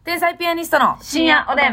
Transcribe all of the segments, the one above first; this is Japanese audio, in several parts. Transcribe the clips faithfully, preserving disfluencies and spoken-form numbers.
天才ピアニストの深夜おでん。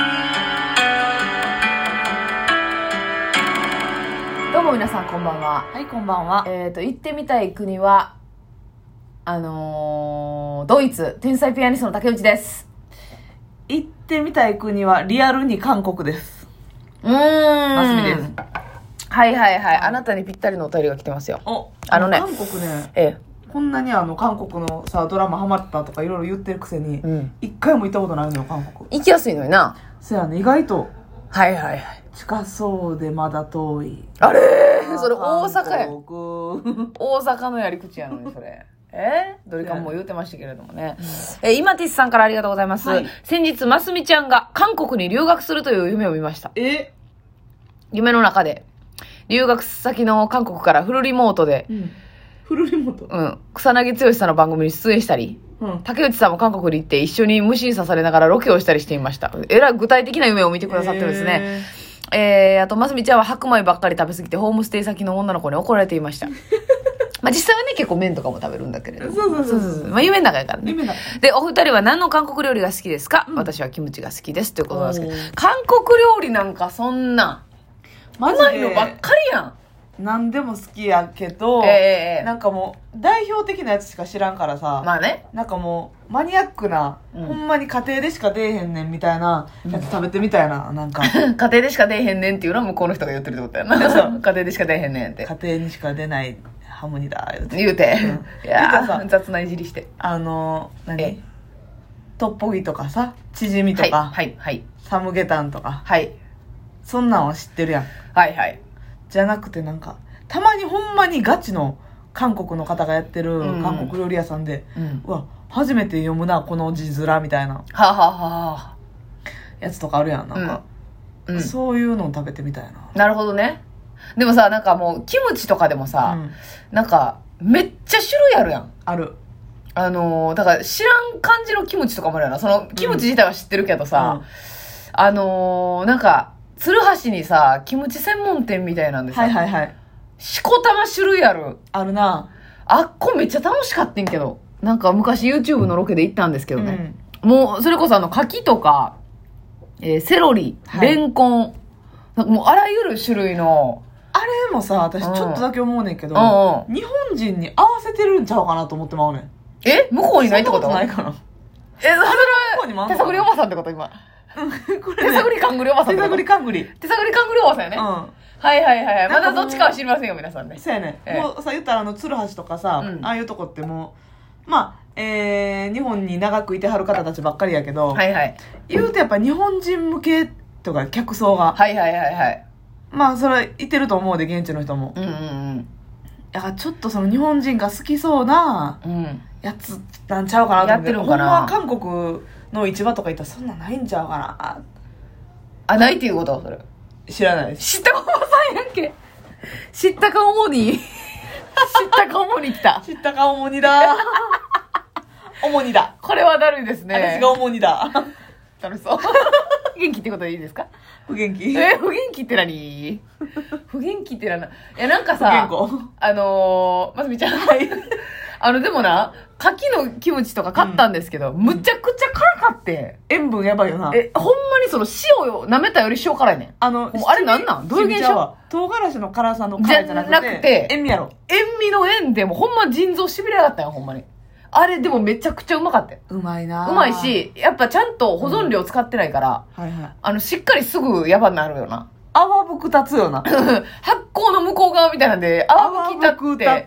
どうも皆さんこんばんは。 はい、こんばんは。 えっと行ってみたい国はあのー、ドイツ。天才ピアニストの竹内です。 行ってみたい国はリアルに韓国です。 うーん。 ますみです。 はいはいはい。あなたにぴったりのお便りが来てますよ。 お、 あのね、 韓国ね、 ええ。 こんなにあの韓国のさドラマハマったとかいろいろ言ってるくせに、 うん、 一回も行ったことないのよ韓国。 行きやすいのにな。 そやね、意外とはいはいはい。 近そうでまだ遠い。 あれー、それ大阪や。 大阪のやり口やのにそれ。えー、どれかも言うてましたけれどもね。うん、えー、今ティスさんからありがとうございます。はい、先日ますみちゃんが韓国に留学するという夢を見ました。 え夢の中で留学先の韓国からフルリモートで。うん、 フルリモート、 うん、草薙剛さんの番組に出演したり、うん、竹内さんも韓国に行って一緒に虫に刺されながらロケをしたりしていました。えらい具体的な夢を見てくださってるんですね。えー、えー、あとますみちゃんは白米ばっかり食べ過ぎてホームステイ先の女の子に怒られていました。まあ実際はね結構麺とかも食べるんだけれども、 そうそうそうそう、 まあ夢の中やからね。 夢の中で、お二人は何の韓国料理が好きですか？うん、私はキムチが好きですということなんですけど、韓国料理なんかそんなうまいのばっかりやん。 何でも好きやけど、 えー、 なんかもう代表的なやつしか知らんからさ、 まあね、 なんかもうマニアックな、うん、ほんまに家庭でしか出えへんねんみたいなやつ食べてみたいな、なんか家庭でしか出えへんねんっていうのは向こうの人が言ってるってことやな。家庭でしか出えへんねんって家庭にしか出ないハモニだ言うて言うて、うん、いやー雑ないじりしてあの何トッポギとかさチヂミとか、 はいはいはい、 サムゲタンとか、 はい、 そんなんは知ってるやん。 はいはい。 じゃなくてなんかたまにほんまにガチの韓国の方がやってる韓国料理屋さんで、うん、うわ初めて読むなこの字面みたいなはあ、はあはあ、 やつとかあるやん、なんか、うんうん、そういうのを食べてみたいな。 なるほどね。でもさ、なんかもうキムチとかでもさ、うん、なんかめっちゃ種類あるやん。 ある。 あのー、だから知らん感じのキムチとかもあるやな。そのキムチ自体は知ってるけどさ、うん、あのー、なんか鶴橋にさキムチ専門店みたいなんでさ、 はいはいはい、 しこたま種類ある。 あるな。 あっこめっちゃ楽しかったんけど、なんか昔 YouTube のロケで行ったんですけどね、うん、もうそれこそあの柿とか、えー、セロリ、レンコン、なんかもうあらゆる種類のあれもさ、私ちょっとだけ思うねんけど、うんうん、日本人に合わせてるんちゃうかなと思ってまうねん。 え向こうにないってこと？ そんなことないかな。 え、それは手探りおばさんってこと今。これね、手探りかんぐりおばさんってこと？手探りかんぐり。手探りかんぐりおばさんやね。うん。はいはいはい。まだどっちかは知りませんよ、皆さんね。 そうやね。ええ、もうさ、言ったらあの、鶴橋とかさ、うん、ああいうとこってもう、まあ、えー、日本に長くいてはる方たちばっかりやけど、 はいはい。 言うとやっぱ日本人向けとか客層が。 はいはいはいはい。 まあ、それはいてると思うで、現地の人も。 うんうんうん。 だからちょっとその日本人が好きそうなやつなんちゃうかなと思って。 やってるんかな。 ほんま韓国の市場とか行ったらそんなんないんちゃうかな。 あ、ないっていうこと？それ。 知らないです。 知ったかおばさんやんけ。知ったかおもに。知ったかおもに来た。 知ったかおもにだ。おもにだ。 これはだるいですね。 私がおもにだ。 だるそう。元気ってことでいいですか？ 不元気。 え、不元気って何？不元気って何？いや、なんかさ、あのー、ますみちゃん。はい。あの、でもな、牡蠣のキムチとか買ったんですけど、うん、むちゃくちゃ辛かって。 塩分やばいよな。 え、ほんまにその塩を舐めたより塩辛いねん。 あの、 あれなんなん？どういう現象？ 唐辛子の辛さの辛いじゃなくて、なくて塩味やろ。 塩味の塩でもほんま腎臓しびれやがったよ、ほんまに。あれでもめちゃくちゃうまかったよ。 うまいな。 うまいし、やっぱちゃんと保存料使ってないから、うん、はいはい、あの、しっかりすぐやばになるよな。 泡吹く立つよな。 発酵の向こう側みたいなんで、泡吹き立って。 泡吹く立った、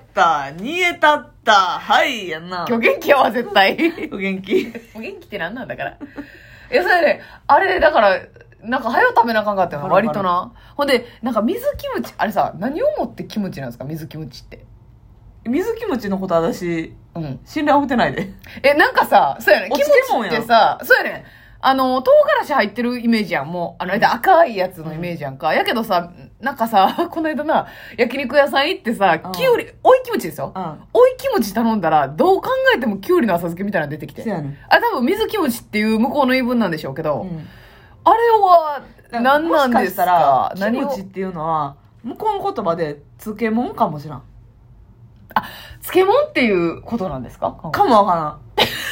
煮え立った、はいやんな。 今日元気やわ、絶対。 お元気。 お元気ってなんなんだから。いや、それね、あれ、だから、なんか早食べなあかんかったよな、割とな。ほんで、なんか水キムチ、あれさ、何をもってキムチなんですか、水キムチって。 水キムチのこと私、うん、信頼を持てないで。 え、なんかさ、そうやね、キムチってさ、そうやね、あの、唐辛子入ってるイメージやん、もう。あの、赤いやつのイメージやんか。うん、やけどさ、なんかさ、この間な、焼肉屋さん行ってさ、うん、きゅうり、追いキムチですよ。うん、追いキムチ頼んだら、どう考えてもきゅうりの浅漬けみたいなの出てきて。 そうやね。 あ、多分水キムチっていう向こうの言い分なんでしょうけど、うん、あれは、何なんですか？ もしかしたら、キムチっていうのは、向こうの言葉で、漬物かもしらん。 あ、漬物っていうことなんですか？ かもわからん。知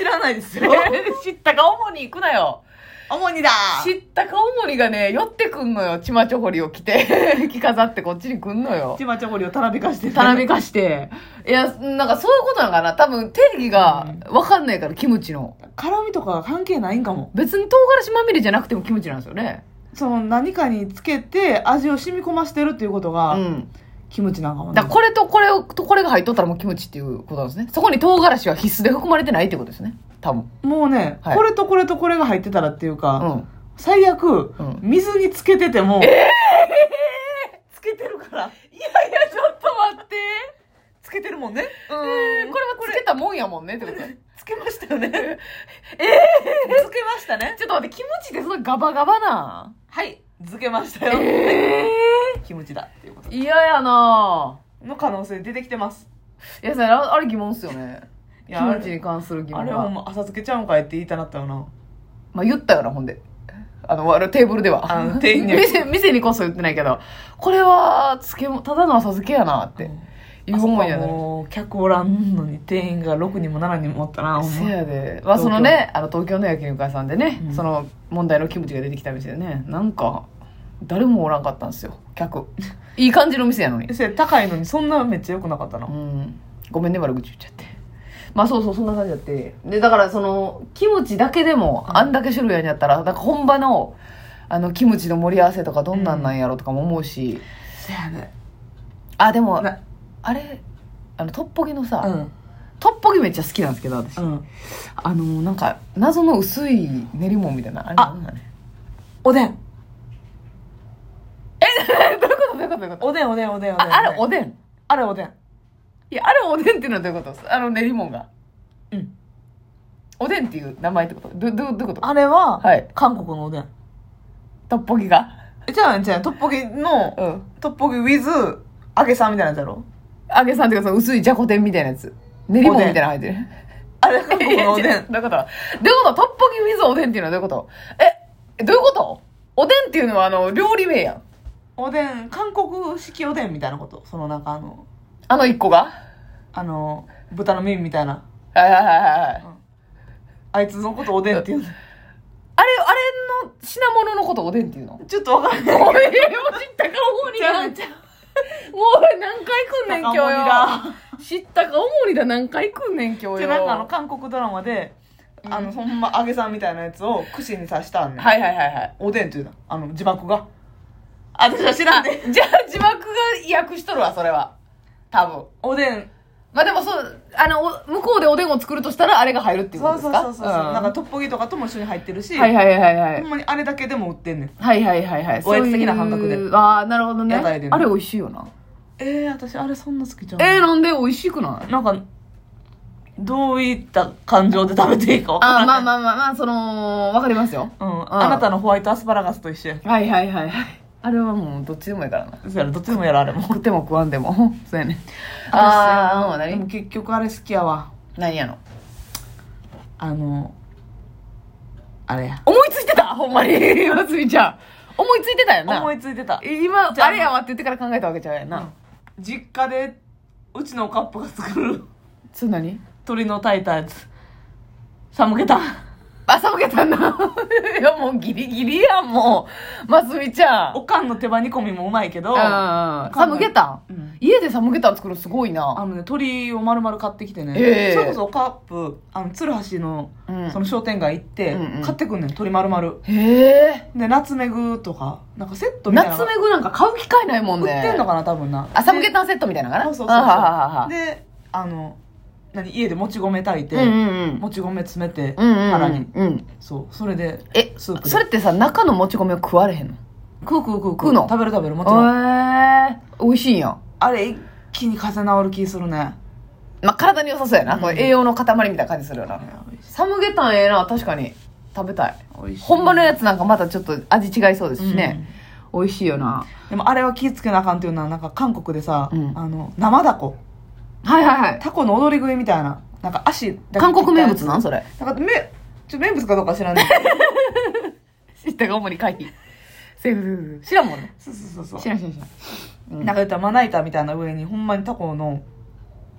知らないですよ。 知ったかおもに行くなよ。 主にだ。 知ったかおもにがね、寄ってくんのよ。ちまちょほりを着て。着飾ってこっちに来んのよ。 ちまちょほりをたなびかしてたなびかして。いや、なんかそういうことなのかな。多分定義がわかんないから、キムチの。 辛みとか関係ないんかも。 別に唐辛子まみれじゃなくてもキムチなんですよね。 その何かにつけて味を染み込ませてるっていうことが、うん、キムチなんかもね。 だからこれとこれをとこれが入っとったらもうキムチっていうことなんですね。そこに唐辛子は必須で含まれてないってことですね。多分。 もうね、はい、これとこれとこれが入ってたらっていうか、うん、最悪、うん、水につけてても、えー、つけてるから。いやいや、ちょっと待って。つけてるもんね。 うん。えー、これはつけたもんやもんねってことね。 つけましたよね。えー、 つけましたね。 ちょっと待って、キムチってそのガバガバな。 はい、漬けましたよ。 えー、キムチだっていうこと。 嫌やなの可能性出てきてます。 いや、それあれ疑問っすよね。キムチに関する疑問あれはほんま浅漬けちゃうんかいって言いたなったよな。 まあ言ったよな、ほんで。あの、テーブルでは。あの、店員に。店、店にこそ言ってないけど、これは、漬け、ただの浅漬けやなって。うんいう思いやね。もう客おらんのに店員がろくにんもななにんもおったな。 せやで。まあそのね、あの東京の焼肉屋さんでね、うん、その問題のキムチが出てきた店でね、なんか誰もおらんかったんですよ、客。いい感じの店やのに。 高いのにそんなめっちゃ良くなかったな。 うん。ごめんね、悪口言っちゃって。まあそうそう、そんな感じだって。で、だからそのキムチだけでもあんだけ種類あるんやったら、なんか本場のあのキムチの盛り合わせとかどんなんなんやろとかも思うし。 せやね。 あ、でも。あれあのトッポギのさ、うん、トッポギめっちゃ好きなんですけど私、うん、あのなんか謎の薄い練り物みたいなあれなんだね。 おでん。 えどういうことどういうことどういうこと。 おでんおでんおでんおでん。ああれおでん。 あれおでん。 いやあれおでんっていうのはどういうこと。あの練り物が。 うん。 おでんっていう名前ってこと。どどどういうこと。 あれは、はい、韓国のおでん。 トッポギが。 じゃあじゃあトッポギの、うん、トッポギ with 揚げさんみたいなやつやろ。 揚げさんっていうかその薄いじゃこ天みたいなやつ。練り物みたいなの入ってる。 あれ韓国のおでん。 どういうことどういうこと。トッポギ with おでんっていうのはどういうこと。え、どういうこと。おでんっていうのはあの料理名やん。 おでん、韓国式おでんみたいなこと。そのなんかあのあの一個があの豚の耳みたいな。 はいはいはいはい、うん、 あいつのことおでんっていうの。 あれ、あれの品物のことおでんっていうの。 ちょっとわかんない。 おい、もう知ったかおもにが。もう何回来んねん今日よ。知ったかおもにだ何回来んねん今日よ。 でなんかあの韓国ドラマで、うん、あのほんま揚げさんみたいなやつを串に刺したんねん。 はいはいはいはい。 おでんっていうの。あの字幕が。あ、私は知らんね。 じゃあ字幕が訳しとるわそれは。多分。 おでん。 まあでもそう、あの、向こうでおでんを作るとしたらあれが入るっていうことですか。 そうそうそうそう、うん、なんかトッポギとかとも一緒に入ってるし、 はいはいはいはい。 ほんまにあれだけでも売ってんねん。 はいはいはいはい。 おやつ的な感覚で。 ああ、なるほどね。あれ美味しいよな。 えー、私あれそんな好きじゃん。 えー、なんで美味しくない。 なんか、どういった感情で食べていいか分からない。 あ、まあまあまあまあ、その、わかりますよ。 うん。あなたのホワイトアスパラガスと一緒や。 はいはいはいはい。あれはもうどっちでもいいからな。 そうやろ、どっちでもやるあれも。 食っても食わんでも。そうやね。 ああ、でも結局あれ好きやわ。 何やの。 あの、あれや。 思いついてたほんまに。ますみちゃん。思いついてたやんな。 思いついてた。 今、あれやわって言ってから考えたわけちゃうやんな。うん、 実家で、うちのカップが作る。 それ何？ 鶏の炊いたやつ。サムゲタン。 あ、寒けたんだ。いや、もうギリギリやん、もう。ますみちゃん。 おかんの手羽煮込みもうまいけど。 サムゲタン、うん、家でサムゲタン作るのすごいな。 あのね、鶏を丸々買ってきてね。 えー、 それこそカップ、あの、鶴橋の、うん、その商店街行って、うんうん、買ってくんねん、鶏丸々。 へー。で、ナツメグとか、なんかセットみたいな。 ナツメグなんか買う機会ないもんね。 売ってんのかな、多分な。 あ、サムゲタンセットみたいなのかな。 そうそうそうそう。ははははで、あの、何家でもち米炊いて、 うんうんうん、 もち米詰めて、 うんうんうん、 腹に、 うん、 そうそれでえスープでそれってさ中のもち米を食われへんの。 食う食う食う食うの。 食べる食べるもちろん。 へえー、美味しいんや。 あれ一気に風邪治る気するね。 まあ体に良さそうやな、うん、栄養の塊みたいな感じするよな。サムゲタンええな。確かに食べたい。 美味しい。 本場のやつなんかまたちょっと味違いそうですしね、うん、美味しいよな。 でもあれは気ぃつけなあかんっていうのはなんか韓国でさ、うん、あの生ダコ、 はいはいはい、 タコの踊り食いみたいな、なんか足韓国名物なんそれ。 なんかめちょ名物かどうか知らない知ったが主に回避セーフ。知らんもんね。 そうそうそうそう。 知らん知らん知らん、 うん、なんか言ったらまな板みたいな上にほんまにタコの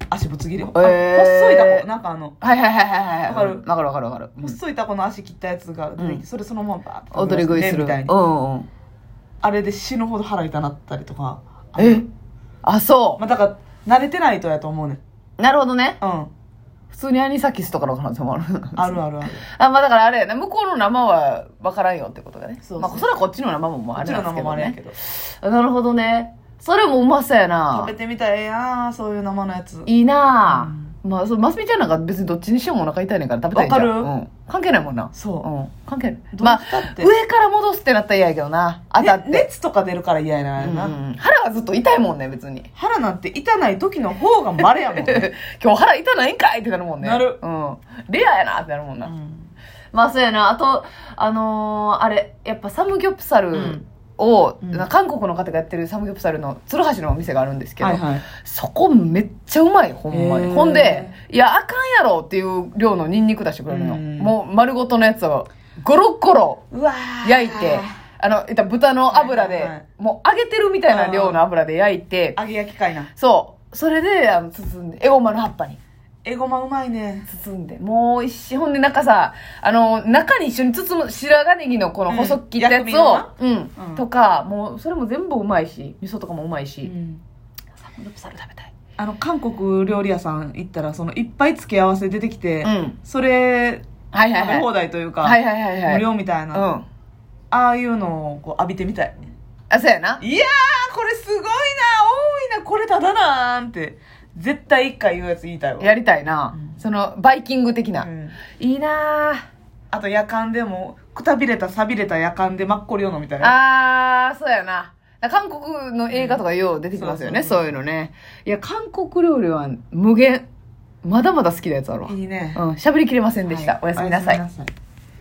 足ぶつ切り、 えー、 細いタコなんかあのはいはいはいはいはいわかるわかるわかるわかる、 細いタコの足切ったやつが出てきて、 うん、 それそのままバーッと踊り食いするみたいに、 うんうん、 あれで死ぬほど腹痛なったりとか。 えあそう、 まあ、だから慣れてないとやと思うねん。 なるほどね、 うん普通にアニサキスとかの可能性もあるあるあるあるあ、まあだからあれやな、向こうの生は分からんよってことがね。 そうそうまあそれはこっちの生ももうあれなんですけどこっちの生もあれやねけど。 あなるほどね。それもうまそうやな。 食べてみたらええなそういう生のやつ。 いいなぁ。まあ、そう、ますみちゃんなんか別にどっちにしてもお腹痛いねんから食べたいじゃん。 わかるうん。関係ないもんな。 そう。 うん。関係ない。 どうまあしたって、 上から戻すってなったら嫌やけどな。当たって。 ね熱とか出るから嫌やな、あれな、 うんうん。腹はずっと痛いもんね、別に。 腹なんて痛ない時の方が稀やもんね。 今日腹痛ないんかいってなるもんね。 なるうん。レアやなってなるもんな。 うんまあそうやな。あと、あのーあれ、やっぱサムギョプサル、 うんを、 うん韓国の方がやってるサムギョプサルの鶴橋のお店があるんですけど、 はいはいそこめっちゃうまいほんまに、 へーほんでいやあかんやろっていう量のニンニク出してくれるの、 うんもう丸ごとのやつをゴロッゴロうわー焼いてあのいった豚の油で、 はいはいはいもう揚げてるみたいな量の油で焼いて揚げ焼きかいな。 そうそれであの包んでエゴマの葉っぱにエゴマうまいね。 包んでもう一瞬ほんでなんかさあの中に一緒に包む白髪ネギのこの細く切ったやつを、うんうんうんとかもうそれも全部うまいし味噌とかもうまいし、 うんサムギョプサル食べたい。 あの韓国料理屋さん行ったらそのいっぱい付け合わせ出てきて、 うんそれはいはいはい食べ放題というか、 はいはいはいはい無料みたいな、 うんああいうのをこう浴びてみたい。 あそうやないやーこれすごいな多いなこれただなーんって絶対一回言うやつ言いたいわ。 やりたいな、 うんそのバイキング的な、 うんいいなあと夜間でもくたびれたさびれた夜間でマッコリを飲みたいな。 あーそうやな韓国の映画とかよう出てきますよね、 うんそうそうそうそういうのね。いや韓国料理は無限まだまだ好きなやつあるわ。 いいね。 うん、喋りきれませんでした、 はいおやすみなさい。 おやすみなさい。